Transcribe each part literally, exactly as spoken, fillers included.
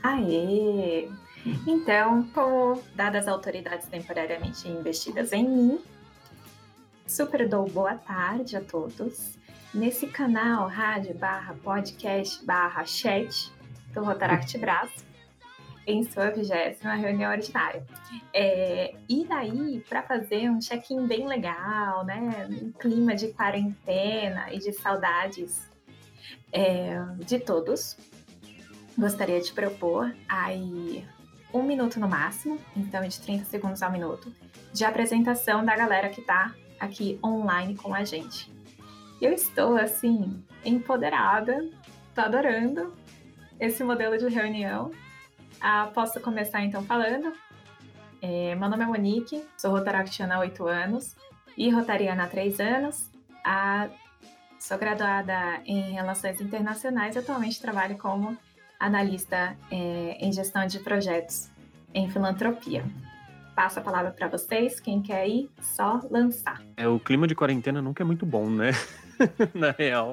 Aê! Então, como dadas as autoridades temporariamente investidas em mim, super dou boa tarde a todos. Nesse canal rádio barra podcast barra chat do Rotaract Brás, em sua vigésima reunião ordinária. É, e daí, para fazer um check-in bem legal, né, um clima de quarentena e de saudades é, de todos, gostaria de propor aí um minuto no máximo, então de trinta segundos ao minuto, de apresentação da galera que está aqui online com a gente. Eu estou, assim, empoderada, tô adorando esse modelo de reunião. Ah, posso começar, então, falando? É, meu nome é Monique, sou rotaractiana há oito anos e rotariana há três anos. Ah, sou graduada em Relações Internacionais e atualmente trabalho como analista é, em gestão de projetos em filantropia. Passo a palavra para vocês, quem quer ir, só lançar. É, o clima de quarentena nunca é muito bom, né? Na real.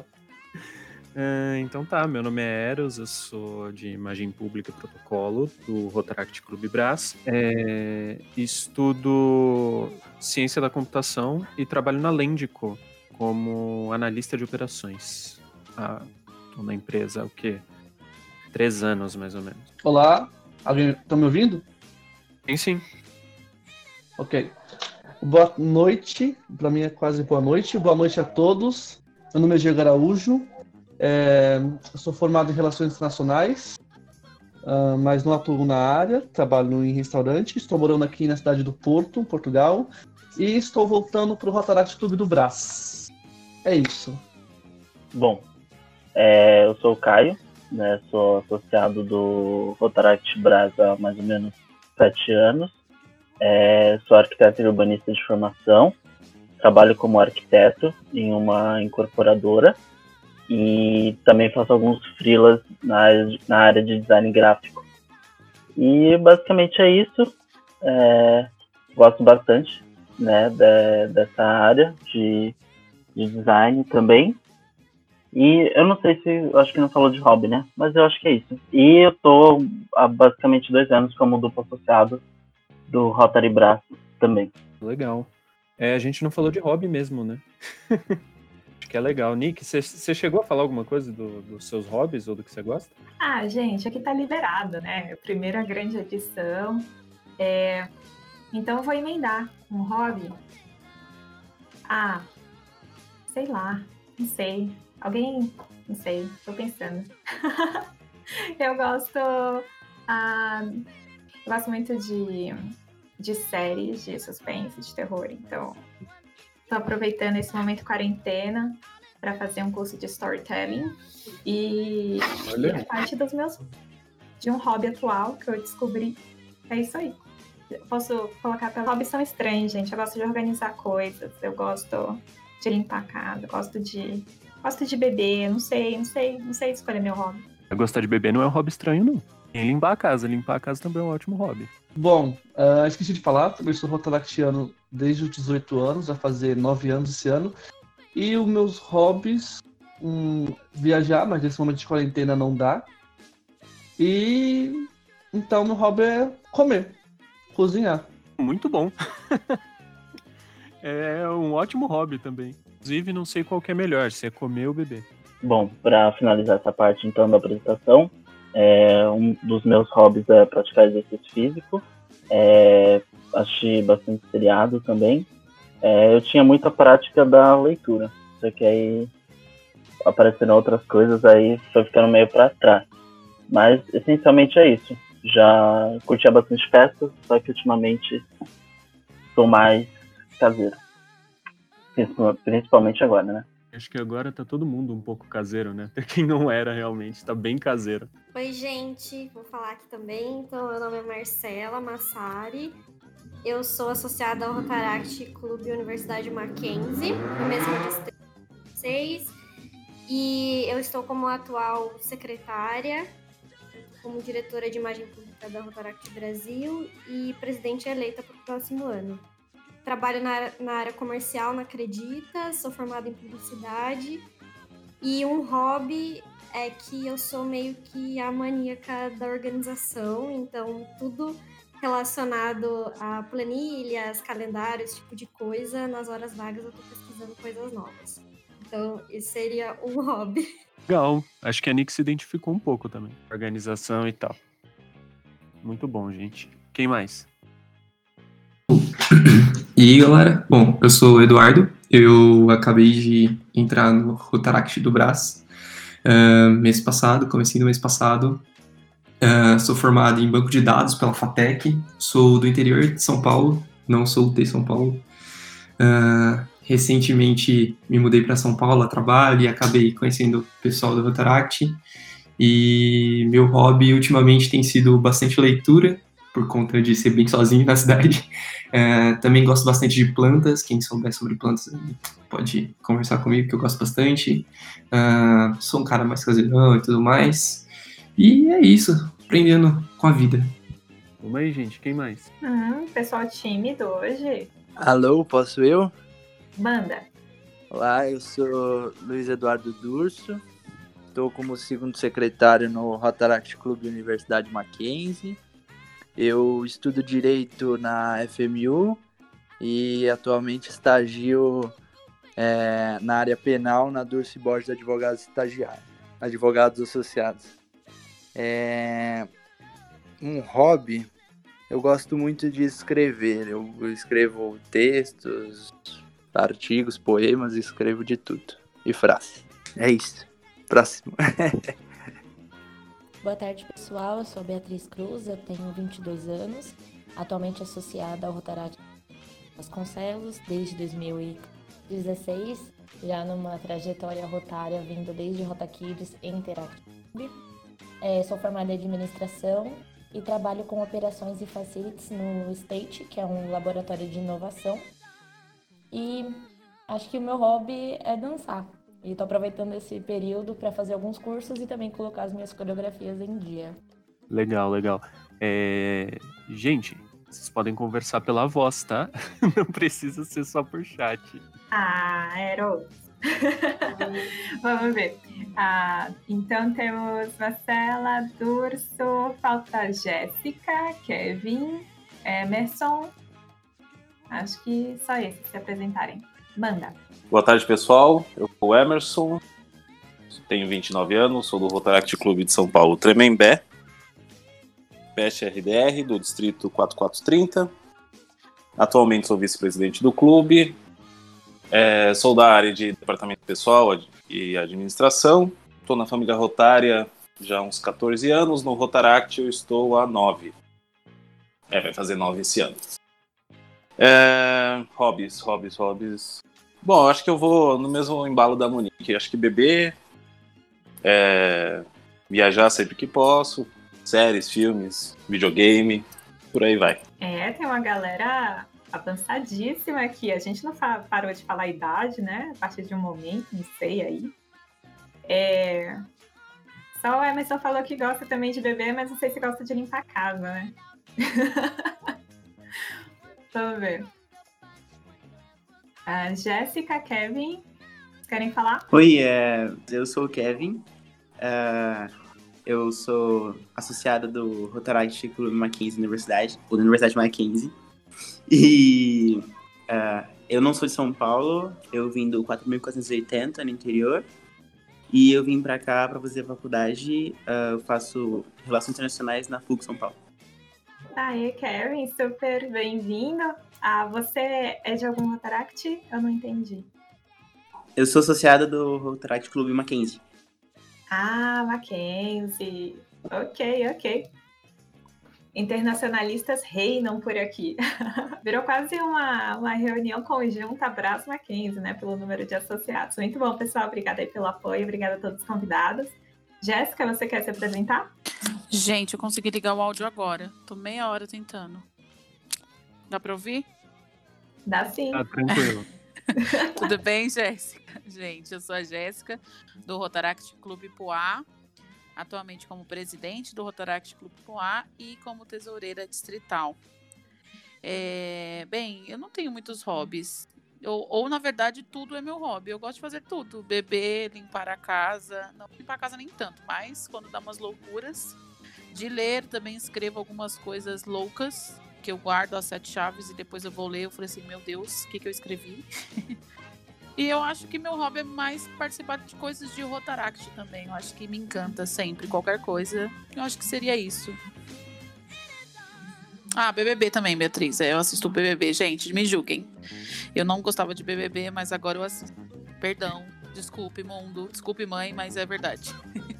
É, então tá, meu nome é Eros, eu sou de Imagem Pública e Protocolo do Rotaract Clube Brás. É, estudo Ciência da Computação e trabalho na Lendico como analista de operações. Ah, tô na empresa há o quê? Três anos, mais ou menos. Olá, alguém tá me ouvindo? Sim, sim. Ok. Boa noite, para mim é quase boa noite. Boa noite a todos. Meu nome é Diego Araújo, é, eu sou formado em Relações Internacionais, uh, mas não atuo na área, trabalho em restaurante, estou morando aqui na cidade do Porto, Portugal, e estou voltando para o Rotaract Clube do Brás. É isso. Bom, é, eu sou o Caio, né, sou associado do Rotaract Brás há mais ou menos sete anos. É, sou arquiteto e urbanista de formação, trabalho como arquiteto em uma incorporadora e também faço alguns freelas na área, na área de design gráfico. E basicamente é isso. É, gosto bastante, né, de, dessa área de, de design também. E eu não sei se, eu acho que não falou de hobby, né? Mas eu acho que é isso. E eu tô há basicamente dois anos como duplo associado do Rotary Brás também. Legal. É, a gente não falou de hobby mesmo, né? Acho que é legal. Nick, você chegou a falar alguma coisa do, dos seus hobbies ou do que você gosta? Ah, gente, aqui tá liberado, né? Primeira grande edição. É... Então eu vou emendar um hobby. Ah, sei lá, não sei. Alguém, não sei, tô pensando. Eu gosto, ah, eu gosto muito de, de séries de suspense, de terror, então tô aproveitando esse momento quarentena para fazer um curso de storytelling e, e é parte dos meus de um hobby atual que eu descobri. É isso aí. Eu posso colocar para hobbies são estranhos, gente. Eu gosto de organizar coisas, eu gosto de limpar a casa, eu gosto de gosto de beber, não sei, não sei, não sei escolher meu hobby. Gostar de beber não é um hobby estranho, não. E limpar a casa, limpar a casa também é um ótimo hobby. Bom, uh, esqueci de falar, também sou rotaractiano desde os dezoito anos, vai fazer nove anos esse ano. E os meus hobbies, um, viajar, mas nesse momento de quarentena não dá. E então meu hobby é comer, cozinhar. Muito bom. É um ótimo hobby também. Inclusive, não sei qual que é melhor, se é comer ou beber. Bom, para finalizar essa parte então da apresentação, é, um dos meus hobbies é praticar exercício físico. É, assisti bastante seriado também. É, eu tinha muita prática da leitura, só que aí apareceram outras coisas, aí foi ficando meio para trás. Mas essencialmente é isso. Já curtia bastante festas, só que ultimamente sou mais caseiro. Principalmente agora, né? Acho que agora tá todo mundo um pouco caseiro, né? Até quem não era realmente, tá bem caseiro. Oi, gente, vou falar aqui também. Então, meu nome é Marcela Massari. Eu sou associada ao Rotaract Clube Universidade Mackenzie, no mesmo distrito seis. E eu estou como atual secretária, como diretora de imagem pública da Rotaract Brasil e presidente eleita para o próximo ano. Trabalho na, na área comercial na Acredita, sou formada em publicidade E um hobby é que eu sou meio que a maníaca da organização, então tudo relacionado a planilhas, calendários, esse tipo de coisa, nas horas vagas eu tô pesquisando coisas novas. Então, esse seria um hobby. Legal. Acho que a Nick se identificou um pouco também. Organização e tal. Muito bom, gente. Quem mais? E aí, galera? Bom, eu sou o Eduardo. Eu acabei de entrar no Rotaract do Brás uh, mês passado, comecei no mês passado. Uh, sou formado em banco de dados pela FATEC. Sou do interior de São Paulo, não sou de São Paulo. Uh, recentemente me mudei para São Paulo a trabalho e acabei conhecendo o pessoal do Rotaract. E meu hobby ultimamente tem sido bastante leitura, por conta de ser bem sozinho na cidade. É, também gosto bastante de plantas. Quem souber sobre plantas pode conversar comigo, que eu gosto bastante. Uh, sou um cara mais caseirão e tudo mais. E é isso, aprendendo com a vida. Vamos aí, gente. Quem mais? Hum, pessoal tímido hoje. Alô, posso eu? Manda. Olá, eu sou Luiz Eduardo Durso. Estou como segundo secretário no Rotaract Clube Universidade Mackenzie. Eu estudo Direito na F M U e atualmente estagio é, na área penal na Durso Borges Advogados Estagiários, Advogados Associados. É, um hobby, eu gosto muito de escrever. Eu escrevo textos, artigos, poemas, escrevo de tudo. E frase. É isso. Próximo. Boa tarde, pessoal. Eu sou a Beatriz Cruz, eu tenho vinte e dois anos, atualmente associada ao Rotaract Vasconcelos desde dois mil e dezesseis, já numa trajetória rotária vindo desde Rota Kids e Interact Club. É, sou formada em administração e trabalho com operações e facilities no State, que é um laboratório de inovação. E acho que o meu hobby é dançar. E estou aproveitando esse período para fazer alguns cursos e também colocar as minhas coreografias em dia. Legal, legal. É... Gente, vocês podem conversar pela voz, tá? Não precisa ser só por chat. Ah, Eros. Vamos ver. Ah, então temos Marcela, Durso, falta Jéssica, Kevin, Emerson. Acho que só esses se apresentarem. Manda. Boa tarde, pessoal. Eu sou o Emerson, tenho vinte e nove anos, sou do Rotaract Clube de São Paulo Tremembé, P S R D R do Distrito quatro mil quatrocentos e trinta. Atualmente sou vice-presidente do clube, é, sou da área de departamento pessoal e administração, estou na família rotária já há uns catorze anos, no Rotaract eu estou há nove. É, vai fazer nove esse ano. É, hobbies, hobbies, hobbies. Bom, acho que eu vou no mesmo embalo da Monique. Acho que beber, é, viajar sempre que posso, séries, filmes, videogame, por aí vai. É, tem uma galera avançadíssima aqui. A gente não fa- parou de falar a idade, né? A partir de um momento, não sei aí. É... Só o Emerson falou que gosta também de beber, mas não sei se gosta de limpar a casa, né? Vamos ver. A Jéssica, Kevin, querem falar? Oi, é, eu sou o Kevin. É, eu sou associado do Rotaract Clube Mackenzie Universidade, ou da Universidade Mackenzie. E é, eu não sou de São Paulo, eu vim do quatro mil quatrocentos e oitenta no interior. E eu vim pra cá pra fazer a faculdade. Uh, eu faço Relações Internacionais na F U C São Paulo. Aí, Kevin, super bem-vindo. Ah, você é de algum Rotaract? Eu não entendi. Eu sou associado do Rotaract Clube Mackenzie. Ah, Mackenzie. Ok, ok. Internacionalistas reinam por aqui. Virou quase uma, uma reunião conjunta Brás Mackenzie, né? Pelo número de associados. Muito bom, pessoal. Obrigada aí pelo apoio. Obrigada a todos os convidados. Jéssica, você quer se apresentar? Gente, eu consegui ligar o áudio agora. Tô meia hora tentando. Dá pra ouvir? Dá sim. Tá tranquilo. Tudo bem, Jéssica? Gente, eu sou a Jéssica, do Rotaract Clube Poá. Atualmente como presidente do Rotaract Clube Poá e como tesoureira distrital. É, bem, eu não tenho muitos hobbies. Ou, ou, na verdade, tudo é meu hobby. Eu gosto de fazer tudo. Beber, limpar a casa. Não, limpar a casa nem tanto, mas quando dá umas loucuras. De ler, também escrevo algumas coisas loucas, que eu guardo as sete chaves e depois eu vou ler. Eu falei assim, meu Deus, o que, que eu escrevi? E eu acho que meu hobby é mais participar de coisas de Rotaract também. Eu acho que me encanta sempre, qualquer coisa. Eu acho que seria isso. Ah, B B B também, Beatriz. Eu assisto B B B. Gente, me julguem. Eu não gostava de B B B, mas agora eu assisto. Perdão, desculpe, mundo. Desculpe, mãe, mas é verdade.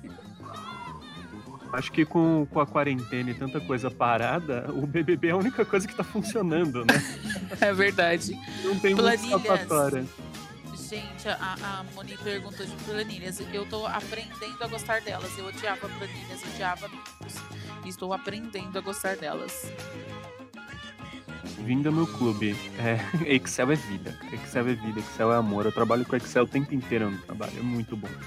Acho que com, com a quarentena e tanta coisa parada, o B B B é a única coisa que tá funcionando, né? É verdade. Não tem muita escapatória. Gente, a, a Moni perguntou de planilhas. Eu tô aprendendo a gostar delas. Eu odiava planilhas, odiava números. E estou aprendendo a gostar delas. Vindo ao meu clube. É, Excel é vida, cara. Excel é vida, Excel é amor. Eu trabalho com Excel o tempo inteiro no trabalho. É muito bom.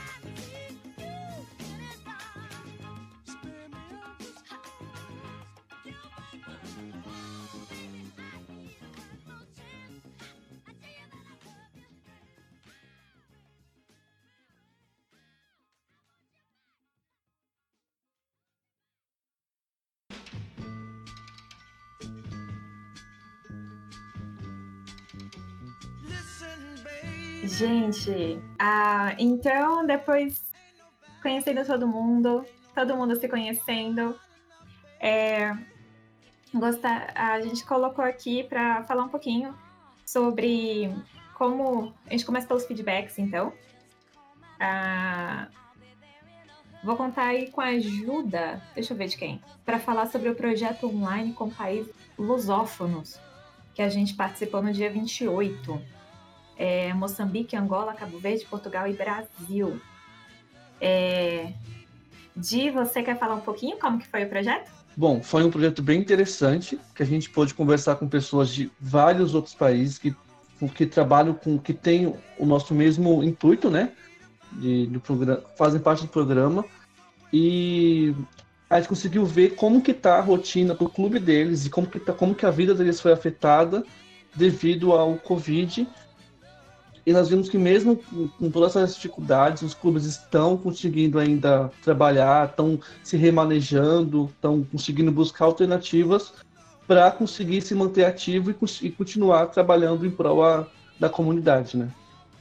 Gente, ah, então depois conhecendo todo mundo, todo mundo se conhecendo, é, gostar, a gente colocou aqui para falar um pouquinho sobre como a gente começa pelos feedbacks, então. Ah, vou contar aí com a ajuda, deixa eu ver de quem, para falar sobre o projeto online com países lusófonos, que a gente participou no dia vinte e oito. É, Moçambique, Angola, Cabo Verde, Portugal e Brasil. É... Di, você quer falar um pouquinho como que foi o projeto? Bom, foi um projeto bem interessante, que a gente pôde conversar com pessoas de vários outros países que, que trabalham com, que têm o nosso mesmo intuito, né? De, de programa, fazem parte do programa. E a gente conseguiu ver como que está a rotina do clube deles e como que, tá, como que a vida deles foi afetada devido ao Covid. E nós vimos que mesmo com todas essas dificuldades, os clubes estão conseguindo ainda trabalhar, estão se remanejando, estão conseguindo buscar alternativas para conseguir se manter ativo e, e continuar trabalhando em prol a, da comunidade, né?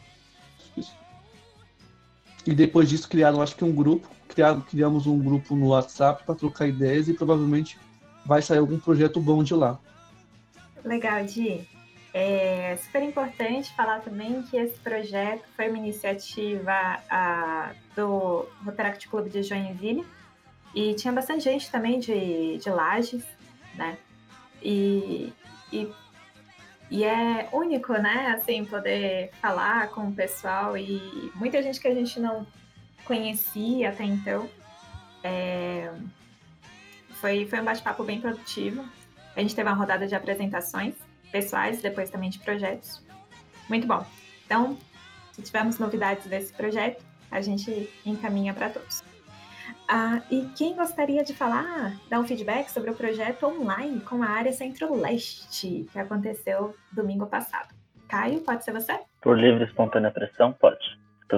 E depois disso criaram, acho que um grupo, criaram, criamos um grupo no WhatsApp para trocar ideias e provavelmente vai sair algum projeto bom de lá. Legal, Di. É super importante falar também que esse projeto foi uma iniciativa a, do Rotaract Clube de Joinville e tinha bastante gente também de, de Lages, né? E, e, e é único, né? Assim, poder falar com o pessoal e muita gente que a gente não conhecia até então. É, foi, foi um bate-papo bem produtivo. A gente teve uma rodada de apresentações pessoais, depois também de projetos. Muito bom. Então, se tivermos novidades desse projeto, a gente encaminha para todos. Ah, e quem gostaria de falar, dar um feedback sobre o projeto online com a área Centro-Leste, que aconteceu domingo passado? Caio, pode ser você? Por livre e espontânea pressão, pode.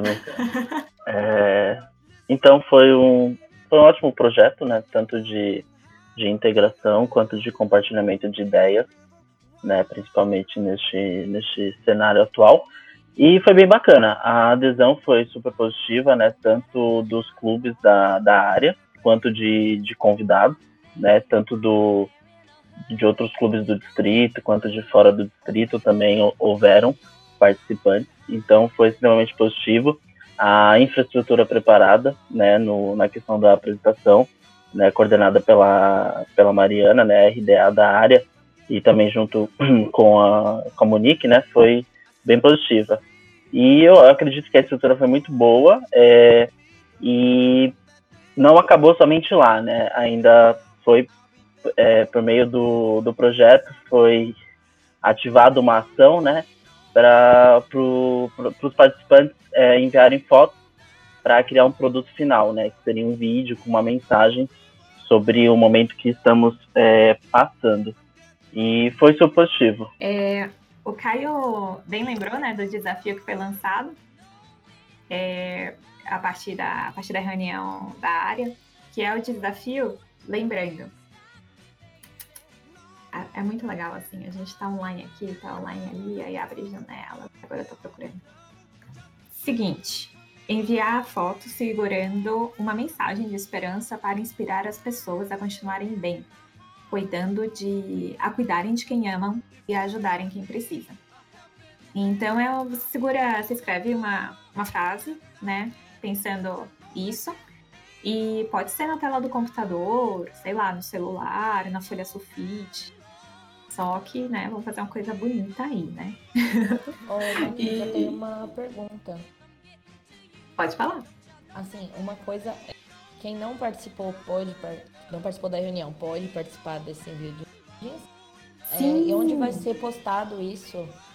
é, então, foi um, foi um ótimo projeto, né? Tanto de, de integração quanto de compartilhamento de ideias, né, principalmente neste, neste cenário atual, e foi bem bacana. A adesão foi super positiva, né, tanto dos clubes da, da área, quanto de, de convidados, né, tanto do, de outros clubes do distrito, quanto de fora do distrito também houveram participantes, então foi extremamente positivo. A infraestrutura preparada, né, no, na questão da apresentação, né, coordenada pela, pela Mariana, né, R D A da área, e também junto com a, com a Monique, né, foi bem positiva. E eu acredito que a estrutura foi muito boa, é, e não acabou somente lá, né, ainda foi, é, por meio do, do projeto, foi ativada uma ação, né, para pro, pro, os participantes é, enviarem fotos para criar um produto final, né, que seria um vídeo com uma mensagem sobre o momento que estamos é, passando. E foi super positivo. É, o Caio bem lembrou, né, do desafio que foi lançado é, a, partir da, a partir da reunião da área, que é o desafio Lembrando. É muito legal, assim, a gente tá online aqui, tá online ali, aí abre janela. Agora eu tô procurando. Seguinte, enviar a foto segurando uma mensagem de esperança para inspirar as pessoas a continuarem bem, cuidando de, a cuidarem de quem amam e a ajudarem quem precisa. Então, é, você segura, você escreve uma, uma frase, né, pensando isso, e pode ser na tela do computador, sei lá, no celular, na folha sulfite. Só que, né, vamos fazer uma coisa bonita aí, né? Ô, Vanessa, E- eu tenho uma pergunta. Pode falar. Assim, uma coisa, é, quem não participou pode, par- não participou da reunião, pode participar desse envio de imagens? É, Sim. e onde vai ser postado isso?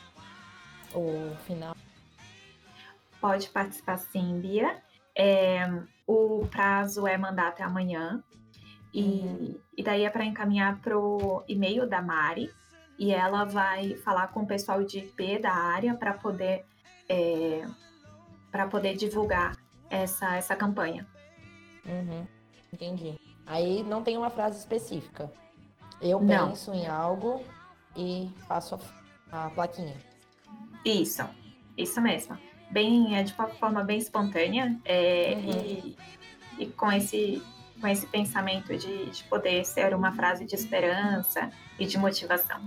O final? Pode participar sim, Bia. É, o prazo é mandar até amanhã. E, Uhum. e daí é para encaminhar pro e-mail da Mari. E ela vai falar com o pessoal de I P da área para poder, é, para poder divulgar essa, essa campanha. Uhum, entendi. Aí não tem uma frase específica. Eu Não. penso em algo e faço a, a plaquinha. Isso, isso mesmo. Bem, é de uma forma bem espontânea é, Uhum. e, e com esse, com esse pensamento de, de poder ser uma frase de esperança e de motivação.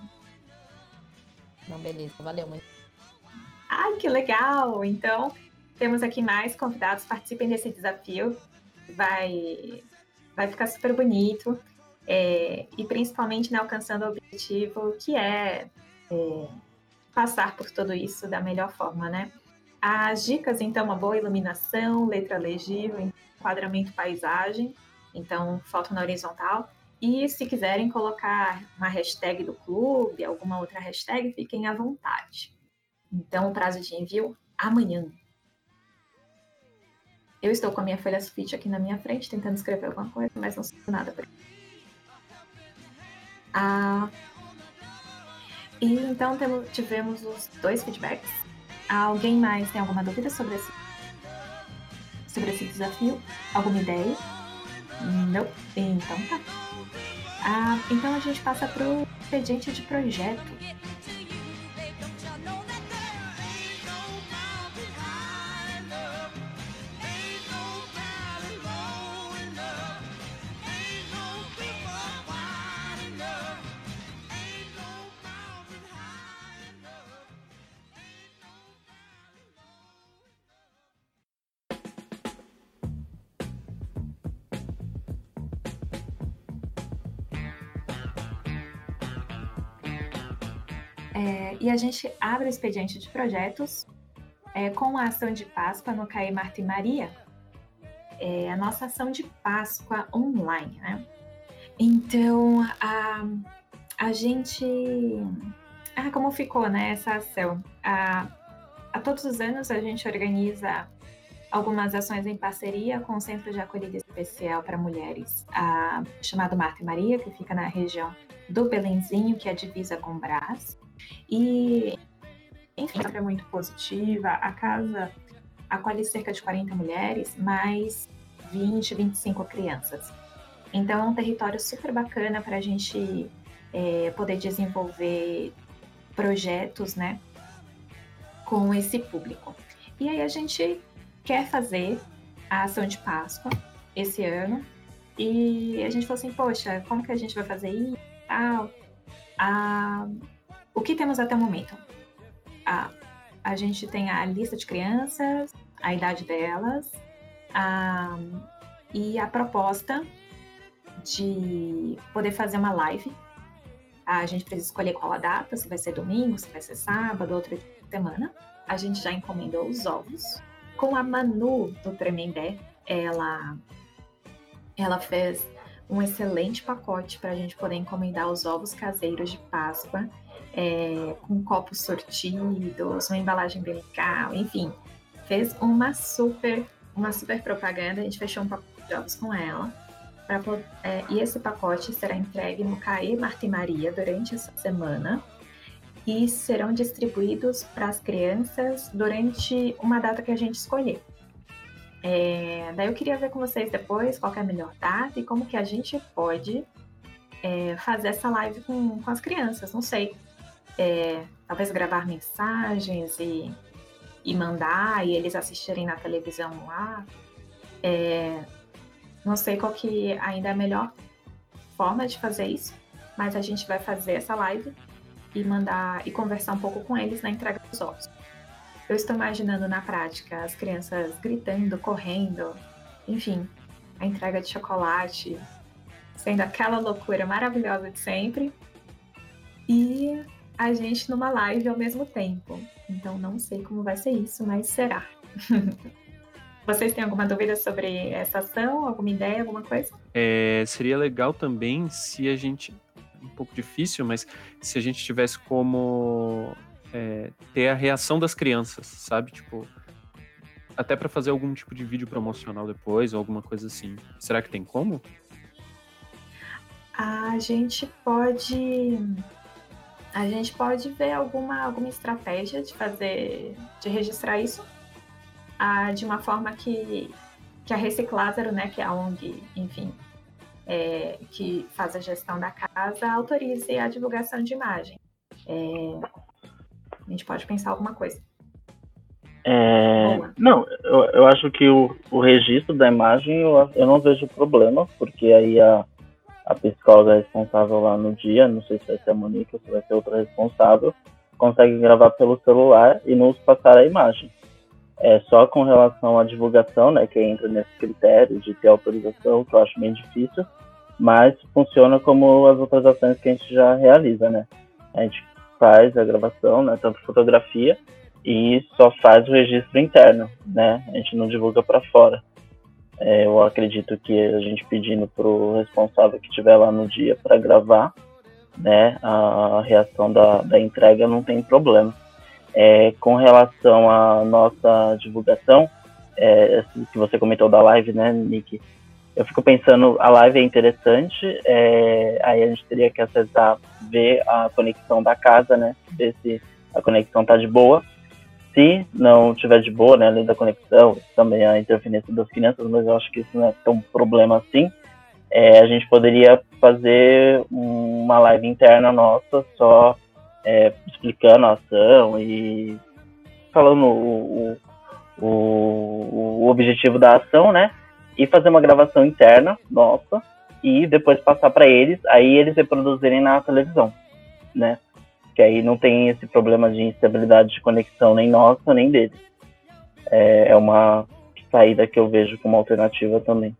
Não, beleza, valeu muito. Ai, que legal! Então, temos aqui mais convidados, participem desse desafio. Vai, vai ficar super bonito. É, e principalmente, né, alcançando o objetivo que é, é passar por tudo isso da melhor forma, né? As dicas, então, uma boa iluminação, letra legível, enquadramento paisagem, então foto na horizontal. E se quiserem colocar uma hashtag do clube, alguma outra hashtag, fiquem à vontade. Então, o prazo de envio, amanhã. Eu estou com a minha folha sulfite aqui na minha frente, tentando escrever alguma coisa, mas não sei nada. Ah, e então temos, tivemos os dois feedbacks. Alguém mais tem alguma dúvida sobre esse, sobre esse desafio? Alguma ideia? Não? Então tá. Ah, então a gente passa para o expediente de projeto. É, e a gente abre o expediente de projetos é, com a ação de Páscoa no C A E Marta e Maria, é, a nossa ação de Páscoa online, né? Então, a, a gente... Ah, como ficou, né, essa ação? A, a todos os anos a gente organiza algumas ações em parceria com o Centro de Acolhida Especial para Mulheres, a, chamado Marta e Maria, que fica na região do Belenzinho, que é a divisa com Brás. E, enfim, é muito positiva. A casa acolhe cerca de quarenta mulheres, mais vinte, vinte e cinco crianças. Então, é um território super bacana para a gente é, poder desenvolver projetos, né, com esse público. E aí a gente quer fazer a ação de Páscoa esse ano. E a gente falou assim, poxa, como que a gente vai fazer isso? Ah, ah, o que temos até o momento? Ah, a gente tem a lista de crianças, a idade delas, ah, e a proposta de poder fazer uma live. A gente precisa escolher qual a data, se vai ser domingo, se vai ser sábado, outra semana. A gente já encomendou os ovos. Com a Manu do Tremembé, ela, ela fez um excelente pacote para a gente poder encomendar os ovos caseiros de Páscoa, é, com copos sortidos, uma embalagem bem legal, enfim. Fez uma super, uma super propaganda, a gente fechou um pacote de ovos com ela. Pra, é, e esse pacote será entregue no C A E Marta e Maria durante essa semana. e serão distribuídos para as crianças durante uma data que a gente escolher. É, daí eu queria ver com vocês depois qual que é a melhor data e como que a gente pode é, fazer essa live com, com as crianças, não sei. É, talvez gravar mensagens e, e mandar e eles assistirem na televisão lá. É, não sei qual que ainda é a melhor forma de fazer isso, mas a gente vai fazer essa live e mandar e conversar um pouco com eles na entrega dos ovos. Eu estou imaginando na prática as crianças gritando, correndo, enfim, a entrega de chocolate, sendo aquela loucura maravilhosa de sempre, e a gente numa live ao mesmo tempo. Então não sei como vai ser isso, mas será. Vocês têm alguma dúvida sobre essa ação, alguma ideia, alguma coisa? É, seria legal também se a gente, um pouco difícil, mas se a gente tivesse como é, ter a reação das crianças, sabe? Tipo, até para fazer algum tipo de vídeo promocional depois, ou alguma coisa assim. Será que tem como? A gente pode... A gente pode ver alguma, alguma estratégia de fazer, de registrar isso ah, de uma forma que, que a Reciclázaro, né, que é a O N G, enfim, é, que faz a gestão da casa, autorize a divulgação de imagem. É, a gente pode pensar alguma coisa. É, não, eu, eu acho que o, o registro da imagem eu, eu não vejo problema, porque aí a, a psicóloga responsável lá no dia, não sei se vai ser a Monique ou se vai ser outra responsável, consegue gravar pelo celular e nos passar a imagem. É só com relação à divulgação, né, que entra nesse critério de ter autorização, que eu acho bem difícil, mas funciona como as outras ações que a gente já realiza, né? A gente faz a gravação, né, tanto fotografia, e só faz o registro interno, né? A gente não divulga para fora. É, eu acredito que a gente pedindo pro responsável que estiver lá no dia para gravar, né, a reação da, da entrega não tem problema. É, com relação à nossa divulgação, é, que você comentou da live, né, Nick? Eu fico pensando, a live é interessante, é, aí a gente teria que acessar, ver a conexão da casa, né, ver se a conexão tá de boa. Se não tiver de boa, né, além da conexão, também a interferência das crianças, mas eu acho que isso não é tão problema assim, é, a gente poderia fazer uma live interna nossa, só é, explicando a ação e falando o, o, o, o objetivo da ação, né, e fazer uma gravação interna nossa e depois passar para eles, aí eles reproduzirem na televisão, né. Que aí não tem esse problema de instabilidade de conexão nem nossa, nem deles. É, é uma saída que eu vejo como alternativa também.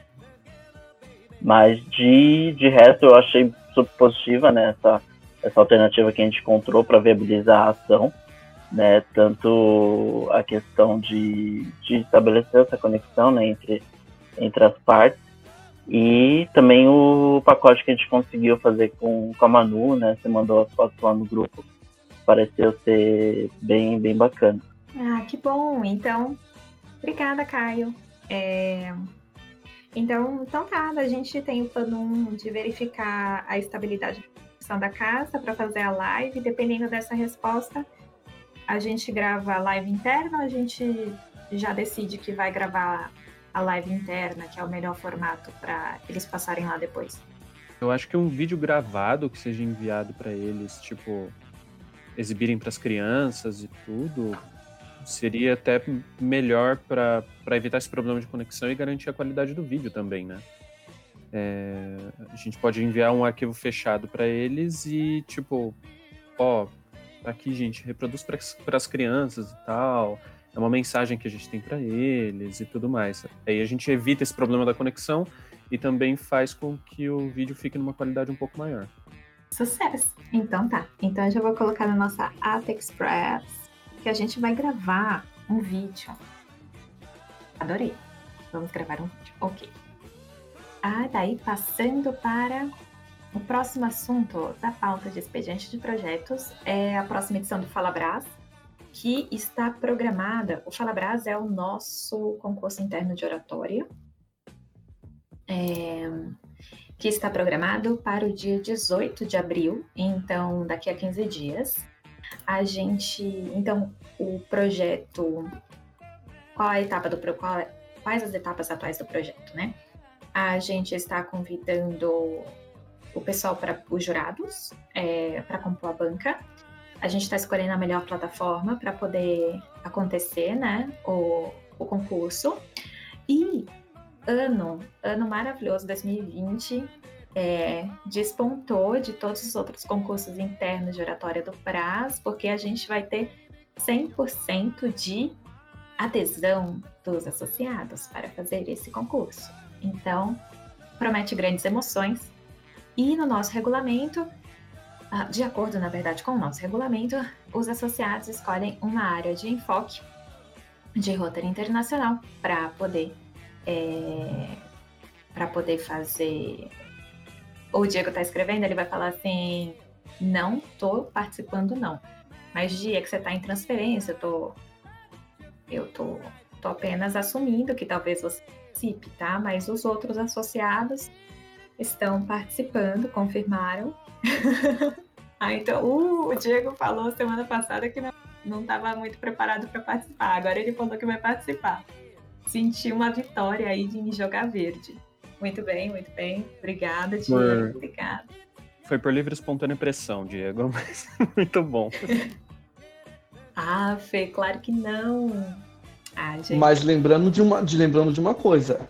Mas de, de resto eu achei super positiva, né, essa, essa alternativa que a gente encontrou para viabilizar a ação, né, tanto a questão de, de estabelecer essa conexão, né, entre, entre as partes, e também o pacote que a gente conseguiu fazer com, com a Manu, né? Você mandou as fotos lá no grupo. Pareceu ser bem, bem bacana. Ah, que bom. Então, obrigada, Caio. É... Então, então tá, a gente tem o plano um de verificar a estabilidade da casa para fazer a live. Dependendo dessa resposta, a gente grava a live interna ou a gente já decide que vai gravar a live interna, que é o melhor formato para eles passarem lá depois? Eu acho que um vídeo gravado que seja enviado para eles, tipo, exibirem para as crianças e tudo, seria até melhor para evitar esse problema de conexão e garantir a qualidade do vídeo também, né? É, a gente pode enviar um arquivo fechado para eles e, tipo, ó, aqui, gente, reproduz para as crianças e tal. É uma mensagem que a gente tem para eles e tudo mais. Aí a gente evita esse problema da conexão e também faz com que o vídeo fique numa qualidade um pouco maior. Sucesso! Então tá. Então eu já vou colocar na nossa Ata Express que a gente vai gravar um vídeo. Adorei. Vamos gravar um vídeo. Ok. Ah, daí passando para o próximo assunto da pauta de expediente de projetos, é a próxima edição do Falabras, que está programada. O Falabras é o nosso concurso interno de oratória, é, que está programado para o dia dezoito de abril, então daqui a quinze dias. A gente, então, o projeto, qual a etapa do qual, quais as etapas atuais do projeto, né? A gente está convidando o pessoal para os jurados, é, para compor a banca. A gente está escolhendo a melhor plataforma para poder acontecer, né, o, o concurso. E ano, ano maravilhoso, dois mil e vinte, é, despontou de todos os outros concursos internos de oratória do Brás, porque a gente vai ter cem por cento de adesão dos associados para fazer esse concurso. Então, promete grandes emoções. E no nosso regulamento, de acordo, na verdade, com o nosso regulamento, os associados escolhem uma área de enfoque de Rotary Internacional para poder, é, para poder fazer... O Diego está escrevendo, ele vai falar assim, não estou participando não, mas dia que você está em transferência, eu tô, eu tô, tô apenas assumindo que talvez você participe, tá? Mas os outros associados estão participando, confirmaram. Ah, então, uh, o Diego falou semana passada que não estava muito preparado para participar. Agora ele falou que vai participar. Senti uma vitória aí de jogar verde. Muito bem, muito bem. Obrigada, Diego. Por... Obrigada. Foi por livre e espontânea pressão, Diego, mas muito bom. Ah, Fê, claro que não. Ah, gente. Mas lembrando de uma, de, lembrando de uma coisa.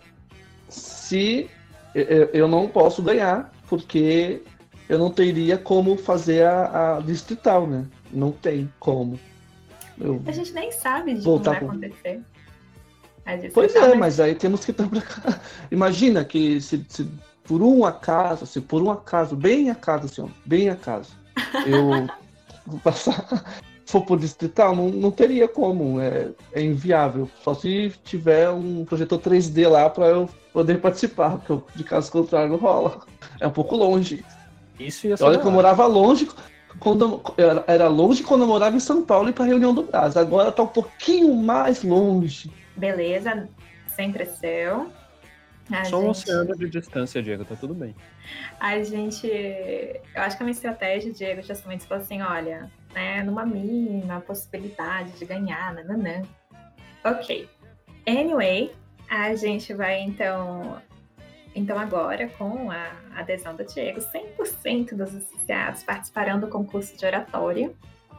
Se eu, eu não posso ganhar, porque eu não teria como fazer a, a distrital, né? Não tem como. Eu a gente nem sabe de como vai com... acontecer. Pois é, mas aí temos que estar pra cá. Imagina que se, se por um acaso, se por um acaso, bem acaso, senhor, bem acaso, eu vou passar, for por distrital, não, não teria como, é, é inviável. Só se tiver um projetor três D lá para eu poder participar, porque eu, de caso contrário não rola. É um pouco longe. Isso ia ser Olha que eu morava longe, quando eu, era longe quando eu morava em São Paulo e para a reunião do Brás. Agora está um pouquinho mais longe. Beleza, sem pressão. A Só um gente... oceano de distância, Diego, tá tudo bem. A gente, eu acho que é uma estratégia, Diego, justamente falou assim, olha, né, numa mínima possibilidade de ganhar, nananã. Ok. Anyway, a gente vai então, então agora com a adesão do Diego, cem por cento dos associados participarão do concurso de oratória,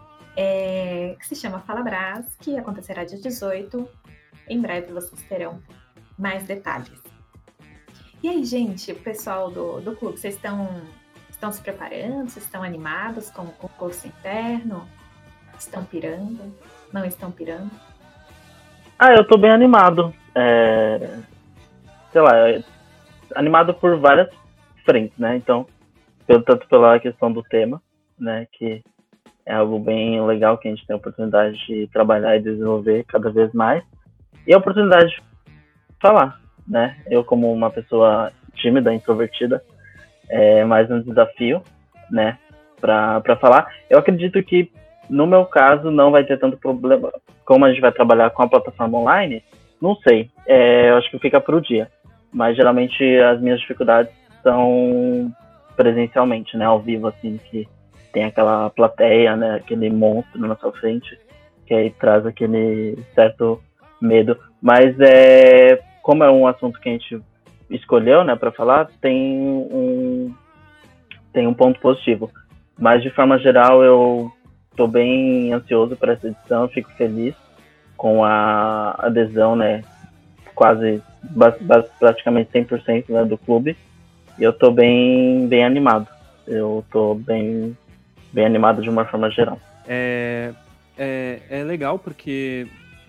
é, que se chama Fala Brás, que acontecerá dia dezoito. Em breve vocês terão mais detalhes. E aí, gente, o pessoal do, do clube, vocês estão, estão se preparando? Vocês estão animados com o concurso interno? Estão pirando? Não estão pirando? Ah, eu tô bem animado. É... Sei lá, animado por várias frentes, né? Então, tanto pela questão do tema, né? Que é algo bem legal que a gente tem a oportunidade de trabalhar e desenvolver cada vez mais. E a oportunidade de falar, né? Eu, como uma pessoa tímida, introvertida, é mais um desafio, né? Pra, pra falar. Eu acredito que, no meu caso, não vai ter tanto problema. Como a gente vai trabalhar com a plataforma online, não sei. É, eu acho que fica pro dia. Mas, geralmente, as minhas dificuldades são presencialmente, né? Ao vivo, assim, que tem aquela plateia, né? Aquele monstro na sua frente, que aí traz aquele certo medo, mas é, como é um assunto que a gente escolheu, né, para falar, tem um, tem um ponto positivo, mas de forma geral eu estou bem ansioso para essa edição, fico feliz com a adesão, né, quase, praticamente cem por cento, né, do clube, e eu estou bem, bem animado, eu estou bem, bem animado de uma forma geral. É, é, é legal porque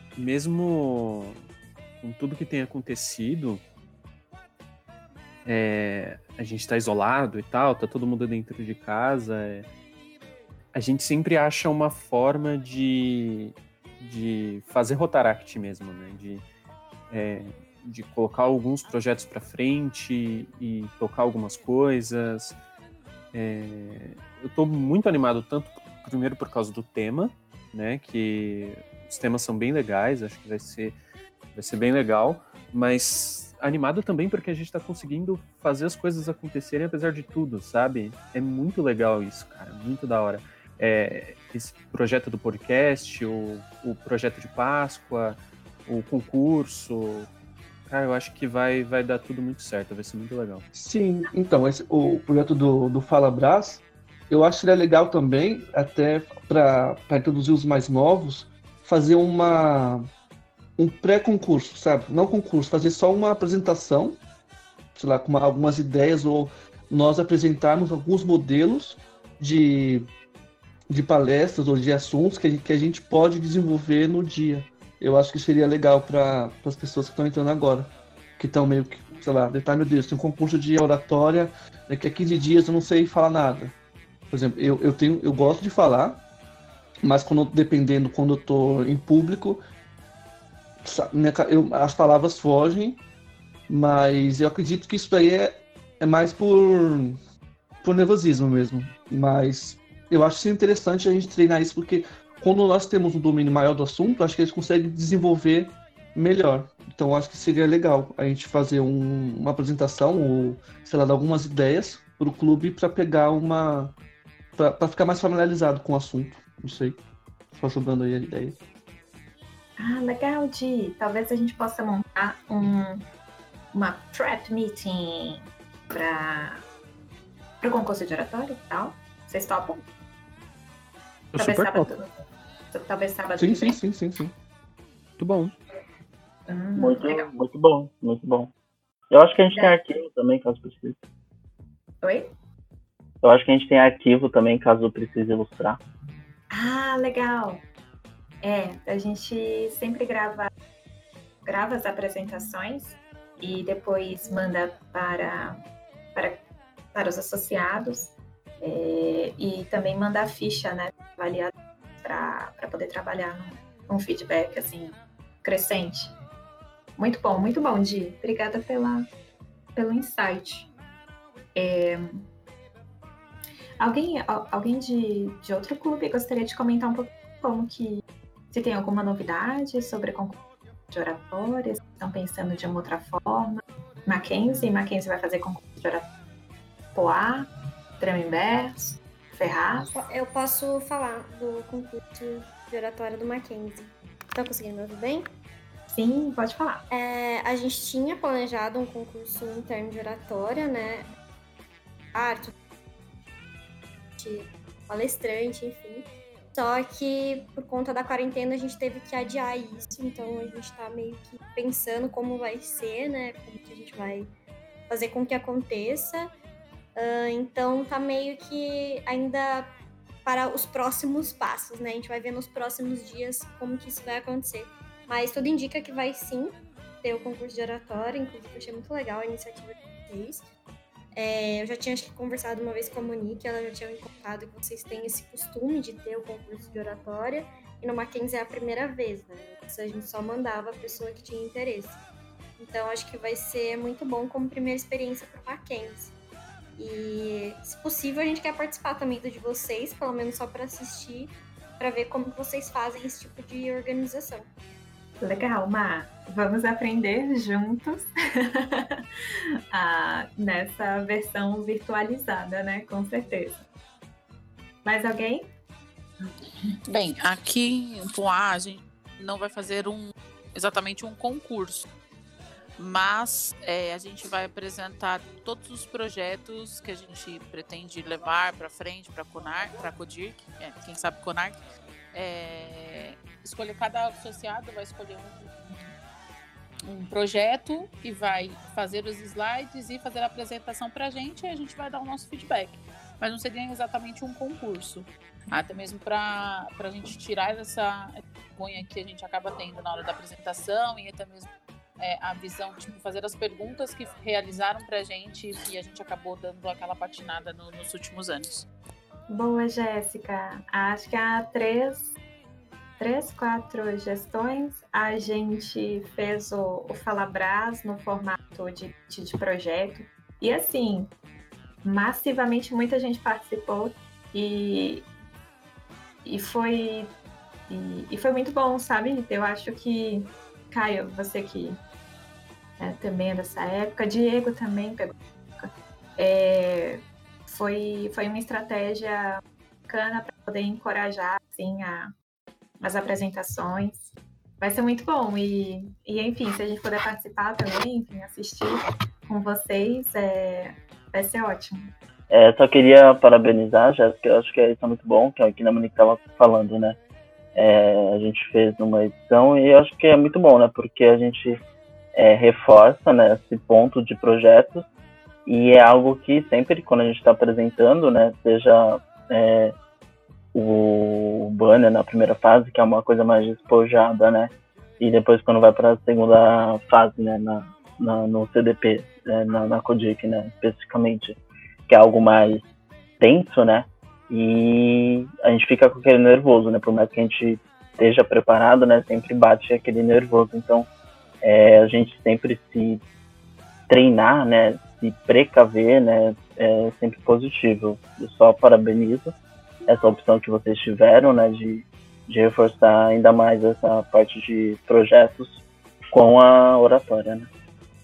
mesmo com tudo que tem acontecido, é, a gente está isolado e tal, tá todo mundo dentro de casa, é, a gente sempre acha uma forma de, de fazer Rotaract mesmo, né? De, é, de colocar alguns projetos para frente e tocar algumas coisas. É, eu estou muito animado, tanto primeiro por causa do tema, né? Que os temas são bem legais, acho que vai ser, vai ser bem legal, mas animado também porque a gente tá conseguindo fazer as coisas acontecerem apesar de tudo, sabe? É muito legal isso, cara, muito da hora. É, esse projeto do podcast, o, o projeto de Páscoa, o concurso, cara, eu acho que vai, vai dar tudo muito certo, vai ser muito legal. Sim, então, esse, o projeto do, do Fala Brás, eu acho que ele é legal também, até para introduzir os mais novos, fazer uma, um pré-concurso, sabe? Não concurso, fazer só uma apresentação, sei lá, com uma, algumas ideias, ou nós apresentarmos alguns modelos de, de palestras ou de assuntos que a, gente, que a gente pode desenvolver no dia. Eu acho que seria legal para as pessoas que estão entrando agora, que estão meio que, sei lá, detalhe, meu Deus, tem um concurso de oratória, daqui a quinze dias eu não sei falar nada. Por exemplo, eu, eu, tenho, eu gosto de falar, mas quando, dependendo, quando eu estou em público, eu, as palavras fogem, mas eu acredito que isso daí é, é mais por, por nervosismo mesmo. Mas eu acho que é interessante a gente treinar isso, porque quando nós temos um domínio maior do assunto, acho que a gente consegue desenvolver melhor. Então, eu acho que seria legal a gente fazer um, uma apresentação, ou, sei lá, dar algumas ideias para o clube para pegar uma... para ficar mais familiarizado com o assunto. Não sei. Só jogando aí a ideia. Ah, legal, Di. Talvez a gente possa montar um, uma prep meeting para o concurso de oratório e tal. Vocês topam? Eu talvez super sábado. topo. Talvez sábado. Sim, que sim, vem. sim, sim, sim. Muito bom. Hum, Muito, legal. muito bom, muito bom. Eu acho que a gente tem É. arquivo também, caso precise. Oi? Eu acho que a gente tem arquivo também, caso precise ilustrar. Ah, legal. É, a gente sempre grava, grava as apresentações e depois manda para, para, para os associados é, e também manda a ficha, né, avaliada para poder trabalhar num, num feedback assim, crescente. Muito bom, muito bom, Di. Obrigada pela, pelo insight. É, alguém alguém de, de outro clube gostaria de comentar um pouco como que, se tem alguma novidade sobre concurso de oratória, se estão pensando de uma outra forma? Mackenzie, Mackenzie vai fazer concurso de oratória. Poá, Tremembé, Ferraz. Eu posso falar do concurso de oratória do Mackenzie. Tá conseguindo me ouvir bem? Sim, pode falar. É, a gente tinha planejado um concurso interno de oratória, né? Arte, palestrante, enfim. Só que por conta da quarentena a gente teve que adiar isso, então a gente tá meio que pensando como vai ser, né? Como que a gente vai fazer com que aconteça. Uh, então tá meio que ainda para os próximos passos, né? A gente vai ver nos próximos dias como que isso vai acontecer. Mas tudo indica que vai sim ter o concurso de oratória, inclusive eu achei muito legal a iniciativa de vocês. É, eu já tinha acho que conversado uma vez com a Monique, ela já tinha me contado que vocês têm esse costume de ter o concurso de oratória, e no Mackenzie é a primeira vez, né? A gente só mandava a pessoa que tinha interesse. Então acho que vai ser muito bom como primeira experiência para o Mackenzie. E, se possível, a gente quer participar também do de vocês, pelo menos só para assistir, para ver como que vocês fazem esse tipo de organização. Legal, Má. Vamos aprender juntos ah, nessa versão virtualizada, né? Com certeza. Mais alguém? Bem, aqui em Poá a gente não vai fazer um, exatamente um concurso, mas é, a gente vai apresentar todos os projetos que a gente pretende levar para frente para Conar, para Codirc, é, quem sabe Conarc. É, escolher, cada associado vai escolher um, um projeto e vai fazer os slides e fazer a apresentação para a gente, e a gente vai dar o nosso feedback. Mas não seria exatamente um concurso, até mesmo para a gente tirar essa vergonha que a gente acaba tendo na hora da apresentação, e até mesmo é, a visão, tipo, fazer as perguntas que realizaram para a gente e a gente acabou dando aquela patinada no, nos últimos anos. Boa, Jéssica. Acho que há três, três, quatro gestões a gente fez o, o Fala Brás no formato de, de, de projeto. E assim, massivamente muita gente participou e, e, foi, e, e foi muito bom, sabe? Eu acho que, Caio, você que também é dessa época. Diego também pegou. É, foi, foi uma estratégia bacana para poder encorajar assim, a, as apresentações. Vai ser muito bom. E, e, enfim, se a gente puder participar também, enfim, assistir com vocês, é, vai ser ótimo. É, só queria parabenizar, Jéssica, eu acho que isso é muito bom, que é o que a Monique estava falando, né? É, a gente fez numa edição e eu acho que é muito bom, né? Porque a gente é, reforça, né, esse ponto de projetos e é algo que sempre, quando a gente está apresentando, né, seja é, o banner na primeira fase, que é uma coisa mais despojada, né? E depois quando vai para a segunda fase, né, na, na, no C D P, né, na, na Codic, né, especificamente, que é algo mais tenso, né? E a gente fica com aquele nervoso, né? Por mais que a gente esteja preparado, né? Sempre bate aquele nervoso. Então, é, a gente sempre se treinar, né? Se precaver, né? É sempre positivo. Eu só parabenizo essa opção que vocês tiveram, né? De, de reforçar ainda mais essa parte de projetos com a oratória, né?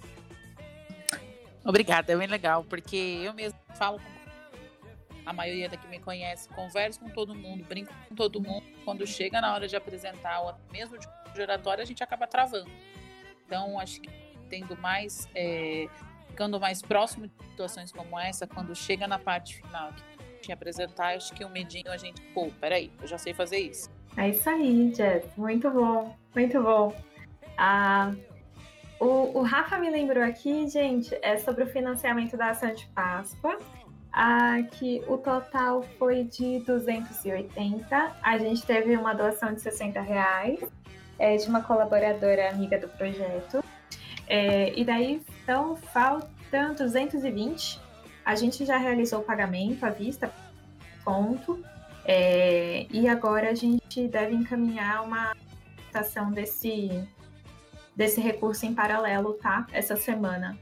Obrigada, é bem legal, porque eu mesmo falo com a maioria daqui me conhece, converso com todo mundo, brinco com todo mundo. Quando chega na hora de apresentar, ou mesmo de oratória, a gente acaba travando. Então, acho que tendo mais, é, ficando mais próximo de situações como essa, quando chega na parte final, que a gente apresentar, acho que o medinho a gente, pô, peraí, eu já sei fazer isso. É isso aí, Jess, muito bom, muito bom. Ah, o, o Rafa me lembrou aqui, gente, é sobre o financiamento da ação de Páscoa. Ah, que o total foi de duzentos e oitenta. A gente teve uma doação de sessenta reais é, de uma colaboradora amiga do projeto. É, e daí, então, faltam duzentos e vinte. A gente já realizou o pagamento à vista, ponto. É, e agora a gente deve encaminhar uma ação desse, desse recurso em paralelo, tá? Essa semana.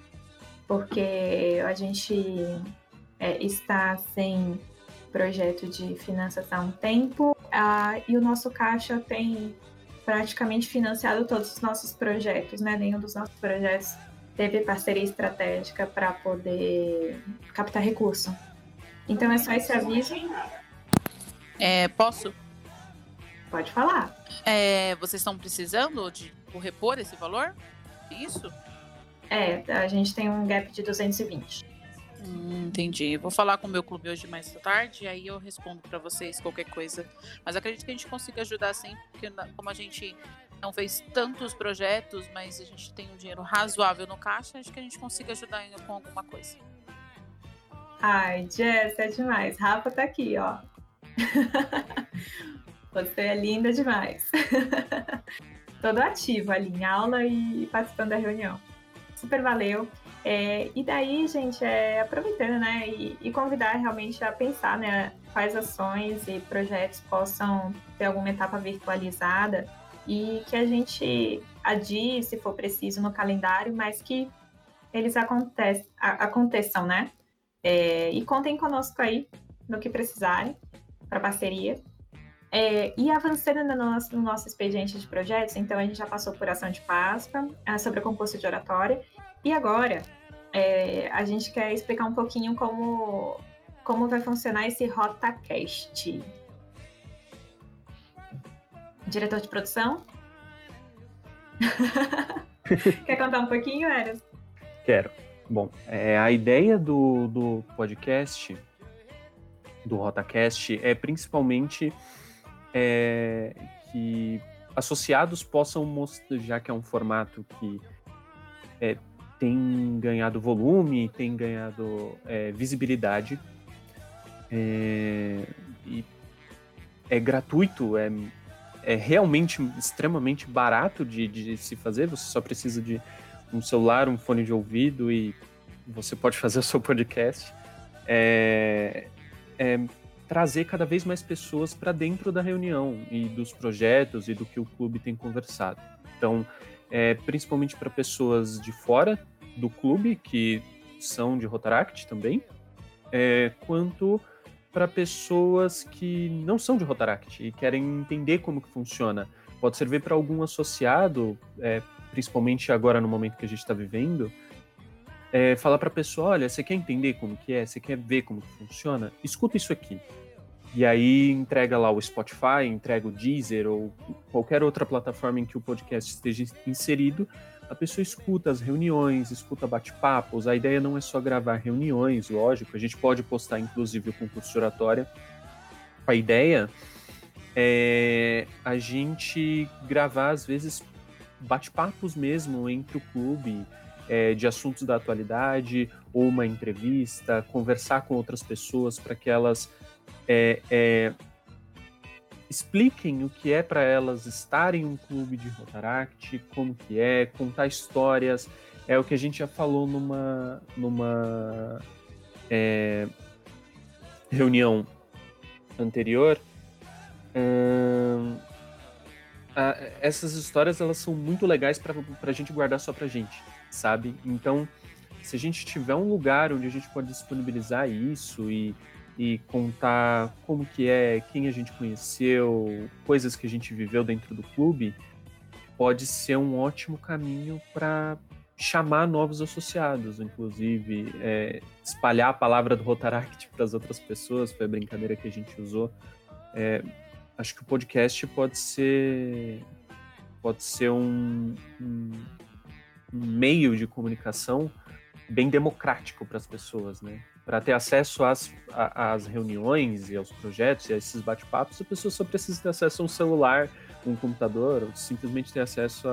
Porque a gente... É, está sem projeto de finanças há um tempo ah, e o nosso caixa tem praticamente financiado todos os nossos projetos, né? Nenhum dos nossos projetos teve parceria estratégica para poder captar recurso. Então é só esse aviso. É, posso? Pode falar. É, vocês estão precisando de repor esse valor? Isso? É, a gente tem um gap de duzentos e vinte. Hum, entendi. Vou falar com o meu clube hoje mais tarde e aí eu respondo para vocês qualquer coisa. Mas acredito que a gente consiga ajudar sim, porque como a gente não fez tantos projetos, mas a gente tem um dinheiro razoável no caixa, acho que a gente consiga ajudar ainda com alguma coisa. Ai, Jess, é demais. Rafa tá aqui, ó. Você é linda demais. Todo ativo ali em aula e participando da reunião. Super valeu. É, e daí, gente, é, aproveitando, né, e, e convidar realmente a pensar, né, quais ações e projetos possam ter alguma etapa virtualizada e que a gente adie, se for preciso, no calendário, mas que eles aconte- a- aconteçam, né? É, e contem conosco aí no que precisarem para parceria. É, e avançando no nosso, no nosso expediente de projetos, então a gente já passou por ação de Páscoa, sobre o concurso de oratória, e agora é, a gente quer explicar um pouquinho como, como vai funcionar esse RotaCast. Diretor de produção? Quer contar um pouquinho, Eras? Quero. Bom, é, a ideia do, do podcast, do RotaCast, é principalmente é, que associados possam mostrar, já que é um formato que é, tem ganhado volume, tem ganhado é, visibilidade, é, e é gratuito, é, é realmente extremamente barato de, de se fazer, você só precisa de um celular, um fone de ouvido e você pode fazer o seu podcast. É, é, trazer cada vez mais pessoas para dentro da reunião e dos projetos e do que o clube tem conversado. Então, é, principalmente para pessoas de fora do clube, que são de Rotaract também, é, quanto para pessoas que não são de Rotaract e querem entender como que funciona. Pode servir para algum associado, é, principalmente agora no momento que a gente está vivendo, é falar para a pessoa, olha, você quer entender como que é? Você quer ver como que funciona? Escuta isso aqui. E aí entrega lá o Spotify, entrega o Deezer ou qualquer outra plataforma em que o podcast esteja inserido. A pessoa escuta as reuniões, escuta bate-papos. A ideia não é só gravar reuniões, lógico. A gente pode postar, inclusive, o concurso de oratória. A ideia é a gente gravar, às vezes, bate-papos mesmo entre o clube, é, de assuntos da atualidade, ou uma entrevista, conversar com outras pessoas para que elas é, é, expliquem o que é para elas estarem em um clube de Rotaract, como que é, contar histórias. É o que a gente já falou numa, numa é, reunião anterior. Hum, a, essas histórias, elas são muito legais para a gente guardar só pra gente, sabe? Então, se a gente tiver um lugar onde a gente pode disponibilizar isso e e contar como que é, quem a gente conheceu, coisas que a gente viveu dentro do clube, pode ser um ótimo caminho para chamar novos associados, inclusive é, espalhar a palavra do Rotaract para as outras pessoas, foi a brincadeira que a gente usou. É, acho que o podcast pode ser, pode ser um, um, um meio de comunicação bem democrático para as pessoas, né? Para ter acesso às, às reuniões e aos projetos e a esses bate-papos, a pessoa só precisa ter acesso a um celular, um computador, ou simplesmente ter acesso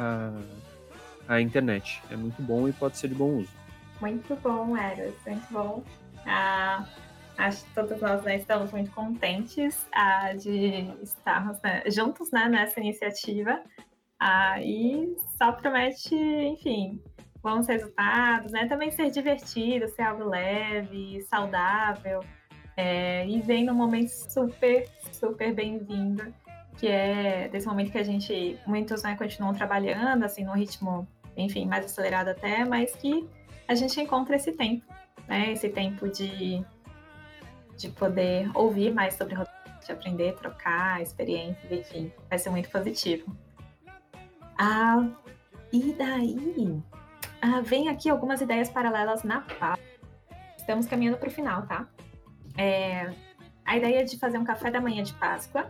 à internet. É muito bom e pode ser de bom uso. Muito bom, Eros, muito bom. Ah, acho que todos nós, né, estamos muito contentes ah, de estarmos, né, juntos, né, nessa iniciativa. Ah, e só promete, enfim, bons resultados, né? Também ser divertido, ser algo leve, saudável, é, e vem num momento super, super bem-vindo, que é desse momento que a gente, muitos, né, continuam trabalhando, assim, num ritmo, enfim, mais acelerado até, mas que a gente encontra esse tempo, né? Esse tempo de, de poder ouvir mais sobre Rotaract, de aprender, trocar experiências, enfim, vai ser muito positivo. Ah, e daí... Ah, vem aqui algumas ideias paralelas na pauta. Estamos caminhando para o final, tá? É, a ideia de fazer um café da manhã de Páscoa.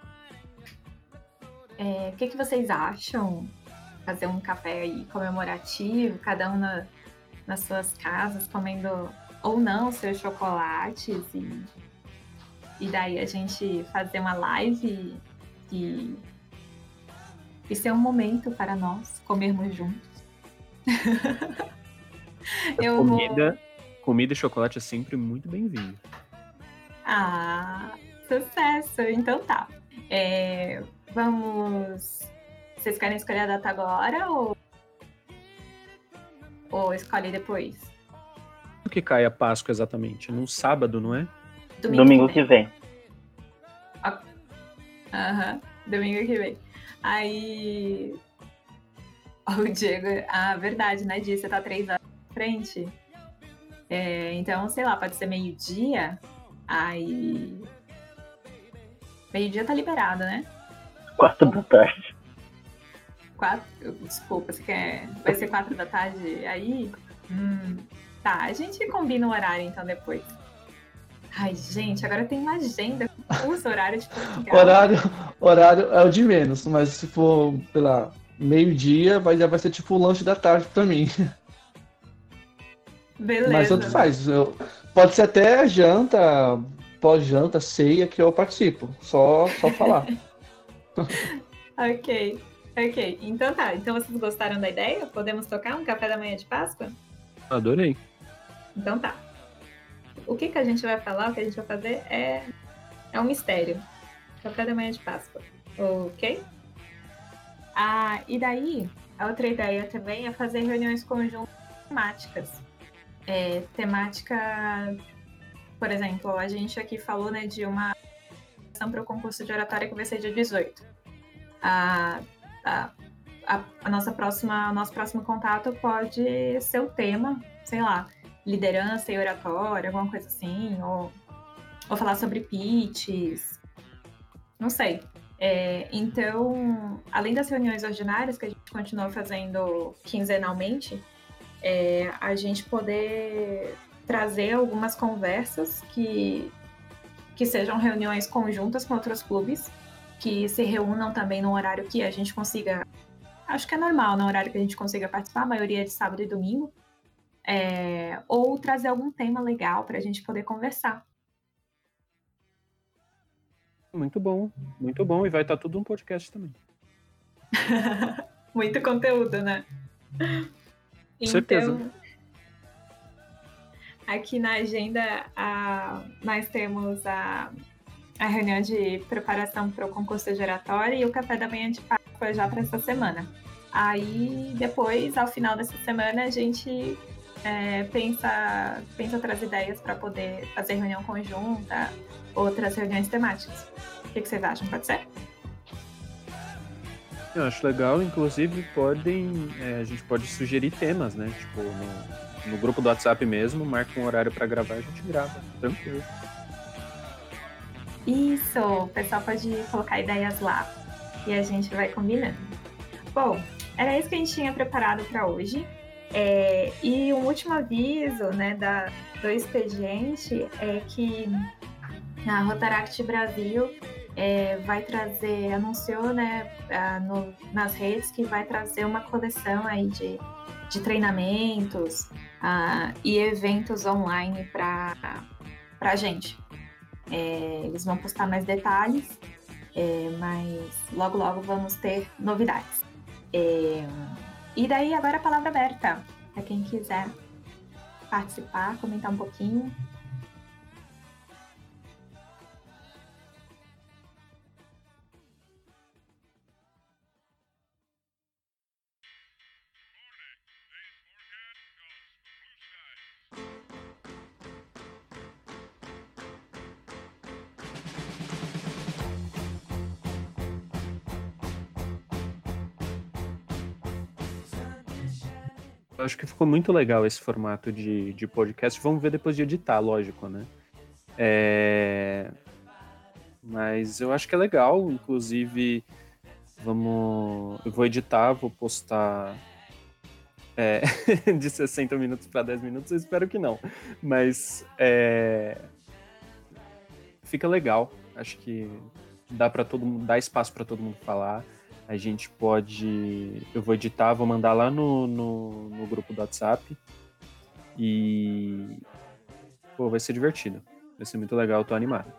É, o que, que vocês acham? Fazer um café aí comemorativo, cada um na, nas suas casas, comendo ou não seus chocolates. E, e daí a gente fazer uma live e, e ser um momento para nós comermos juntos. Eu comida, vou... comida e chocolate é sempre muito bem-vindo. Ah, sucesso! Então tá. É, vamos... Vocês querem escolher a data agora ou, ou escolhe depois? O que cai a Páscoa exatamente? Num sábado, não é? Domingo, Domingo que vem. Aham, uhum. Domingo que vem. Aí... O Diego, a verdade, né, Di? Você tá três anos na frente. É, então, sei lá, pode ser meio-dia. Aí. Meio-dia tá liberado, né? Quatro da tarde. Quatro? Desculpa, você quer. Vai ser quatro da tarde aí? Hum, tá, a gente combina o horário então depois. Ai, gente, agora tem uma agenda com o horário de Portugal. Horário, horário é o de menos, mas se for pela. Meio-dia vai, já vai ser tipo o lanche da tarde pra mim. Beleza. Mas tanto faz. Eu, pode ser até janta, pós-janta, ceia, que eu participo. Só, só falar. Ok, ok. Então tá. Então vocês gostaram da ideia? Podemos tocar um café da manhã de Páscoa? Adorei. Então tá. O que, que a gente vai falar, o que a gente vai fazer é, é um mistério. Café da manhã de Páscoa. Ok? Ah, e daí, a outra ideia também é fazer reuniões conjuntas temáticas. É, temática, por exemplo, a gente aqui falou, né, de uma ação para o concurso de oratória que vai ser dia dezoito. A, a, a, a nossa próxima, nosso próximo contato pode ser o tema, sei lá, liderança e oratória, alguma coisa assim, ou, ou falar sobre pitches, não sei. É, então, além das reuniões ordinárias que a gente continua fazendo quinzenalmente, é a gente poder trazer algumas conversas que, que sejam reuniões conjuntas com outros clubes, que se reúnam também no horário que a gente consiga, acho que é normal, no horário que a gente consiga participar, a maioria é de sábado e domingo, é, ou trazer algum tema legal para a gente poder conversar. Muito bom, muito bom, e vai estar tudo no podcast também. Muito conteúdo, né? Com certeza. Então, aqui na agenda, a, nós temos a, a reunião de preparação para o concurso giratório e o café da manhã de Páscoa já para essa semana. Aí, depois, ao final dessa semana, a gente é, pensa, pensa outras ideias para poder fazer reunião conjunta, outras reuniões temáticas. O que, que vocês acham? Pode ser? Eu acho legal, inclusive podem, é, a gente pode sugerir temas, né? Tipo, no, no grupo do WhatsApp mesmo, marca um horário para gravar, a gente grava, tranquilo. Isso, o pessoal pode colocar ideias lá e a gente vai combinando. Bom, era isso que a gente tinha preparado para hoje. É, e um último aviso, né, da, do expediente é que a Rotaract Brasil é, vai trazer, anunciou, né, no, nas redes que vai trazer uma coleção aí de, de treinamentos uh, e eventos online para a gente. É, eles vão postar mais detalhes, é, mas logo logo vamos ter novidades. É, e daí agora a palavra aberta para quem quiser participar, comentar um pouquinho. Eu acho que ficou muito legal esse formato de, de podcast. Vamos ver depois de editar, lógico, né? É... Mas eu acho que é legal, inclusive, vamos... eu vou editar, vou postar é... de sessenta minutos para dez minutos, eu espero que não. Mas é... fica legal, acho que dá para todo mundo, dá espaço para todo mundo falar. A gente pode... Eu vou editar, vou mandar lá no, no, no grupo do WhatsApp. E... Pô, vai ser divertido. Vai ser muito legal, eu tô animado.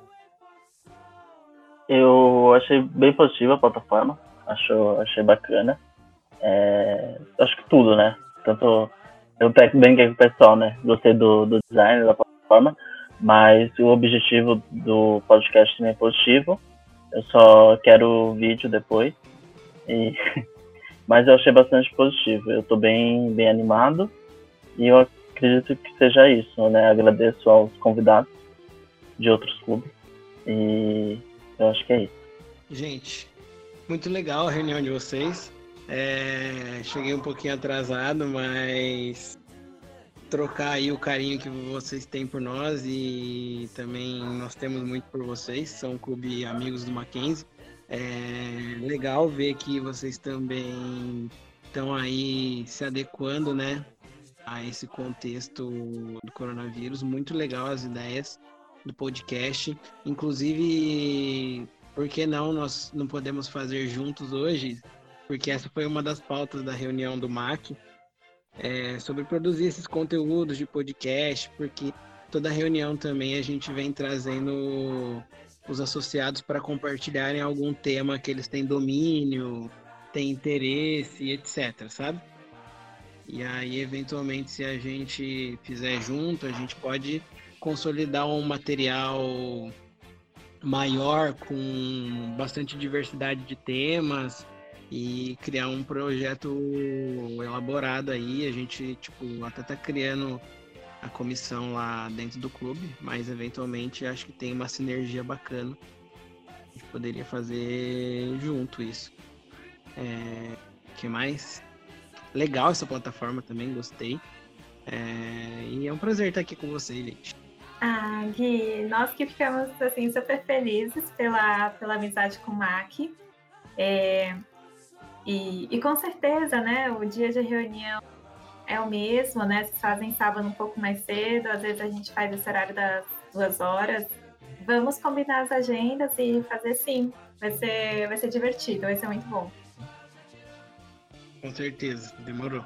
Eu achei bem positiva a plataforma. Acho, achei bacana. É, acho que tudo, né? Tanto... Eu até brinquei com o pessoal, né? Gostei do, do design da plataforma. Mas o objetivo do podcast também é positivo. Eu só quero o vídeo depois. E... Mas eu achei bastante positivo. Eu tô bem, bem animado. E eu acredito que seja isso, né? Agradeço aos convidados de outros clubes. E eu acho que é isso. Gente, muito legal a reunião de vocês. É... Cheguei um pouquinho atrasado, mas trocar aí o carinho que vocês têm por nós e também nós temos muito por vocês. São um clube amigos do Mackenzie. É legal ver que vocês também estão aí se adequando, né, a esse contexto do coronavírus. Muito legal as ideias do podcast. Inclusive, por que não nós não podemos fazer juntos hoje? Porque essa foi uma das pautas da reunião do M A C, é, sobre produzir esses conteúdos de podcast, porque toda reunião também a gente vem trazendo os associados para compartilharem algum tema que eles têm domínio, têm interesse, etcétera, sabe? E aí, eventualmente, se a gente fizer junto, a gente pode consolidar um material maior, com bastante diversidade de temas e criar um projeto elaborado aí. A gente, tipo, até tá criando a comissão lá dentro do clube, mas eventualmente acho que tem uma sinergia bacana. A gente poderia fazer junto isso. É... O que mais? Legal essa plataforma também, gostei. É... E é um prazer estar aqui com vocês, gente. Ah, Gui, nós que ficamos assim, super felizes pela, pela amizade com o M A C. É... E, e com certeza, né, o dia de reunião é o mesmo, né? Vocês fazem sábado um pouco mais cedo, às vezes a gente faz esse horário das duas horas. Vamos combinar as agendas e fazer sim. Vai ser, vai ser divertido, vai ser muito bom. Com certeza, demorou.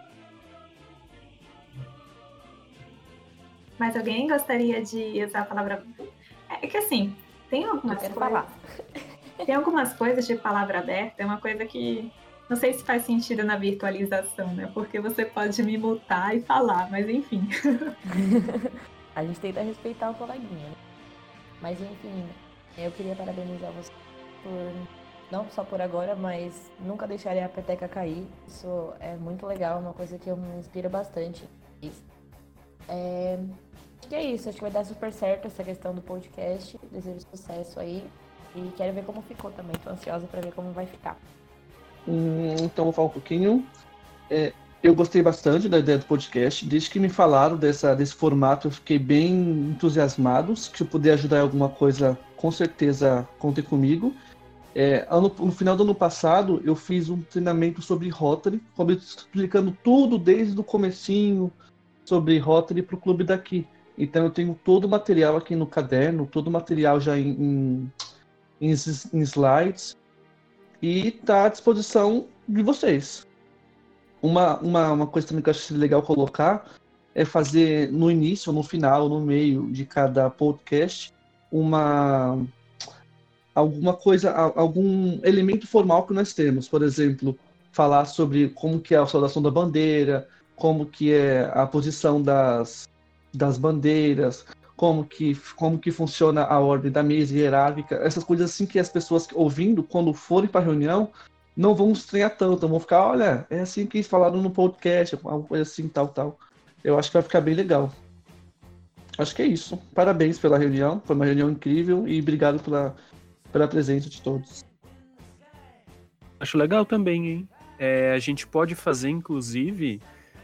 Mas alguém gostaria de usar a palavra... É que assim, tem algumas quero coisas... falar. Tem algumas coisas de palavra aberta, é uma coisa que... Não sei se faz sentido na virtualização, né? Porque você pode me mutar e falar, mas enfim. A gente tenta respeitar o coleguinha, né? Mas enfim, eu queria parabenizar você por, não só por agora, mas nunca deixarem a peteca cair. Isso é muito legal, uma coisa que eu me inspiro bastante. É, acho que é isso, acho que vai dar super certo essa questão do podcast. Desejo sucesso aí e quero ver como ficou também. Tô ansiosa para ver como vai ficar. Hum, então vou falar um pouquinho. É, eu gostei bastante da ideia do podcast. Desde que me falaram dessa, desse formato, eu fiquei bem entusiasmado. Se eu puder ajudar em alguma coisa, com certeza contem comigo. É, ano, no final do ano passado, eu fiz um treinamento sobre Rotary, explicando tudo desde o comecinho sobre Rotary para o clube daqui. Então eu tenho todo o material aqui no caderno, todo o material já em, em, em, em slides. E está à disposição de vocês. Uma, uma, uma coisa também que eu acho legal colocar é fazer no início, no final, no meio de cada podcast, uma, alguma coisa, algum elemento formal que nós temos. Por exemplo, falar sobre como que é a saudação da bandeira, como que é a posição das, das bandeiras, como que, como que funciona a ordem da mesa hierárquica, essas coisas assim que as pessoas ouvindo, quando forem para a reunião, não vão estranhar tanto, vão ficar, olha, é assim que eles falaram no podcast, alguma coisa assim, tal, tal. Eu acho que vai ficar bem legal. Acho que é isso. Parabéns pela reunião, foi uma reunião incrível e obrigado pela, pela presença de todos. Acho legal também, hein? É, a gente pode fazer, inclusive,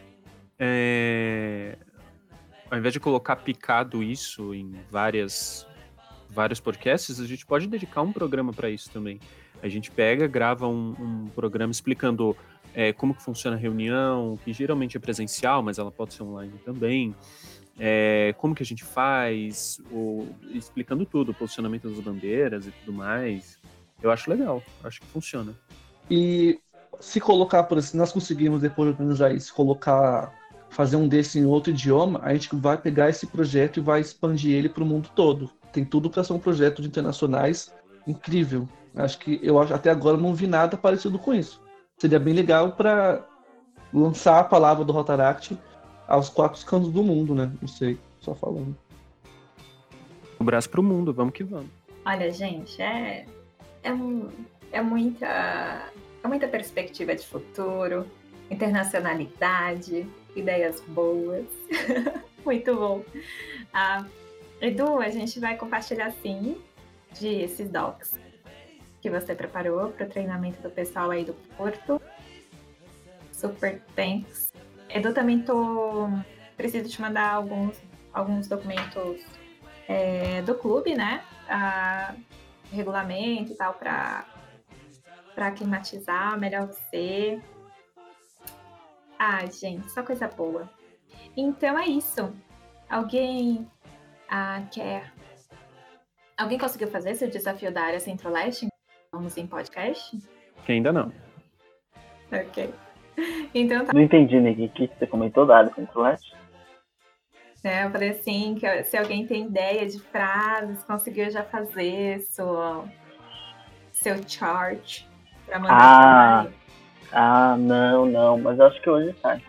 é... ao invés de colocar picado isso em várias, vários podcasts, a gente pode dedicar um programa para isso também. A gente pega, grava um, um programa explicando é, como que funciona a reunião, que geralmente é presencial, mas ela pode ser online também. É, como que a gente faz, ou, explicando tudo, o posicionamento das bandeiras e tudo mais. Eu acho legal, acho que funciona. E se colocar, por assim, nós conseguimos depois organizar isso, colocar, fazer um desse em outro idioma, a gente vai pegar esse projeto e vai expandir ele para o mundo todo. Tem tudo para ser um projeto de internacionais incrível. Acho que eu até agora não vi nada parecido com isso. Seria bem legal para lançar a palavra do Rotaract aos quatro cantos do mundo, né? Não sei, só falando. Um abraço pro mundo, vamos que vamos. Olha, gente, é, é, um, é, muita, é muita perspectiva de futuro, internacionalidade, ideias boas. Muito bom. Ah, Edu, a gente vai compartilhar sim de esses docs que você preparou para o treinamento do pessoal aí do Porto. Super thanks. Edu, também tô preciso te mandar alguns, alguns documentos é, do clube, né? A, regulamento e tal, para para climatizar melhor você. Ah, gente, só coisa boa. Então é isso. Alguém ah, quer... Alguém conseguiu fazer seu desafio da área Centro-Leste? Vamos em podcast? Que ainda não. Ok. Então tá. Não entendi, Nick. O que você comentou da área Centro-Leste? É, eu falei assim, que se alguém tem ideia de frases, conseguiu já fazer sua, seu chart para mandar ah, pra ah, não, não. Mas eu acho que hoje sai.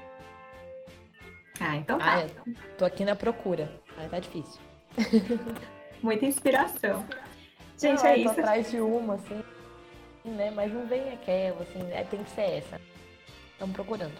Ah, então tá. Ah, eu tô aqui na procura, mas tá difícil. Muita inspiração. Gente, não, é eu tô isso. atrás de uma, assim, né? Mas não vem aquela, assim, é, tem que ser essa. Estamos procurando.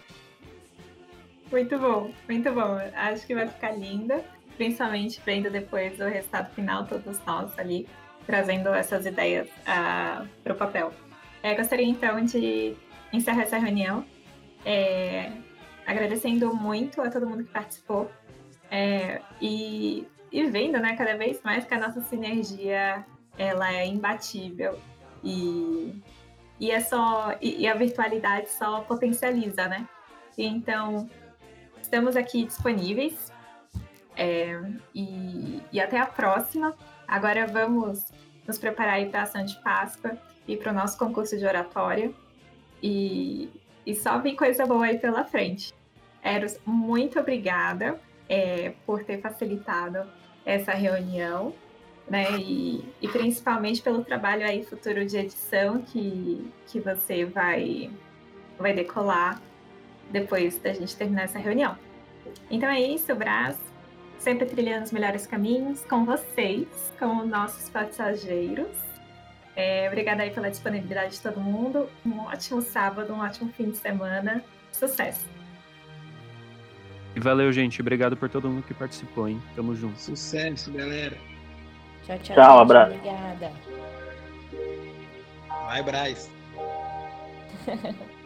Muito bom, muito bom. Acho que vai ficar linda, principalmente vendo depois o resultado final, todos nós ali, trazendo essas ideias uh, para o papel. É, gostaria então de encerrar essa reunião, é, agradecendo muito a todo mundo que participou é, e, e vendo, né, cada vez mais que a nossa sinergia ela é imbatível e e é só e, e a virtualidade só potencializa, né? Então, estamos aqui disponíveis é, e, e até a próxima. Agora vamos nos preparar para a ação de Páscoa e para o nosso concurso de oratória. E, e só vem coisa boa aí pela frente. Eros, muito obrigada é, por ter facilitado essa reunião, né? E, e principalmente pelo trabalho aí futuro de edição que, que você vai, vai decolar depois da gente terminar essa reunião. Então é isso, Brás. Sempre trilhando os melhores caminhos com vocês, com nossos passageiros. É, obrigada aí pela disponibilidade de todo mundo. Um ótimo sábado, um ótimo fim de semana. Sucesso! E valeu, gente. Obrigado por todo mundo que participou, hein? Tamo junto. Sucesso, galera. Tchau, tchau. Tchau, gente. abraço. Obrigada. Vai, Braz.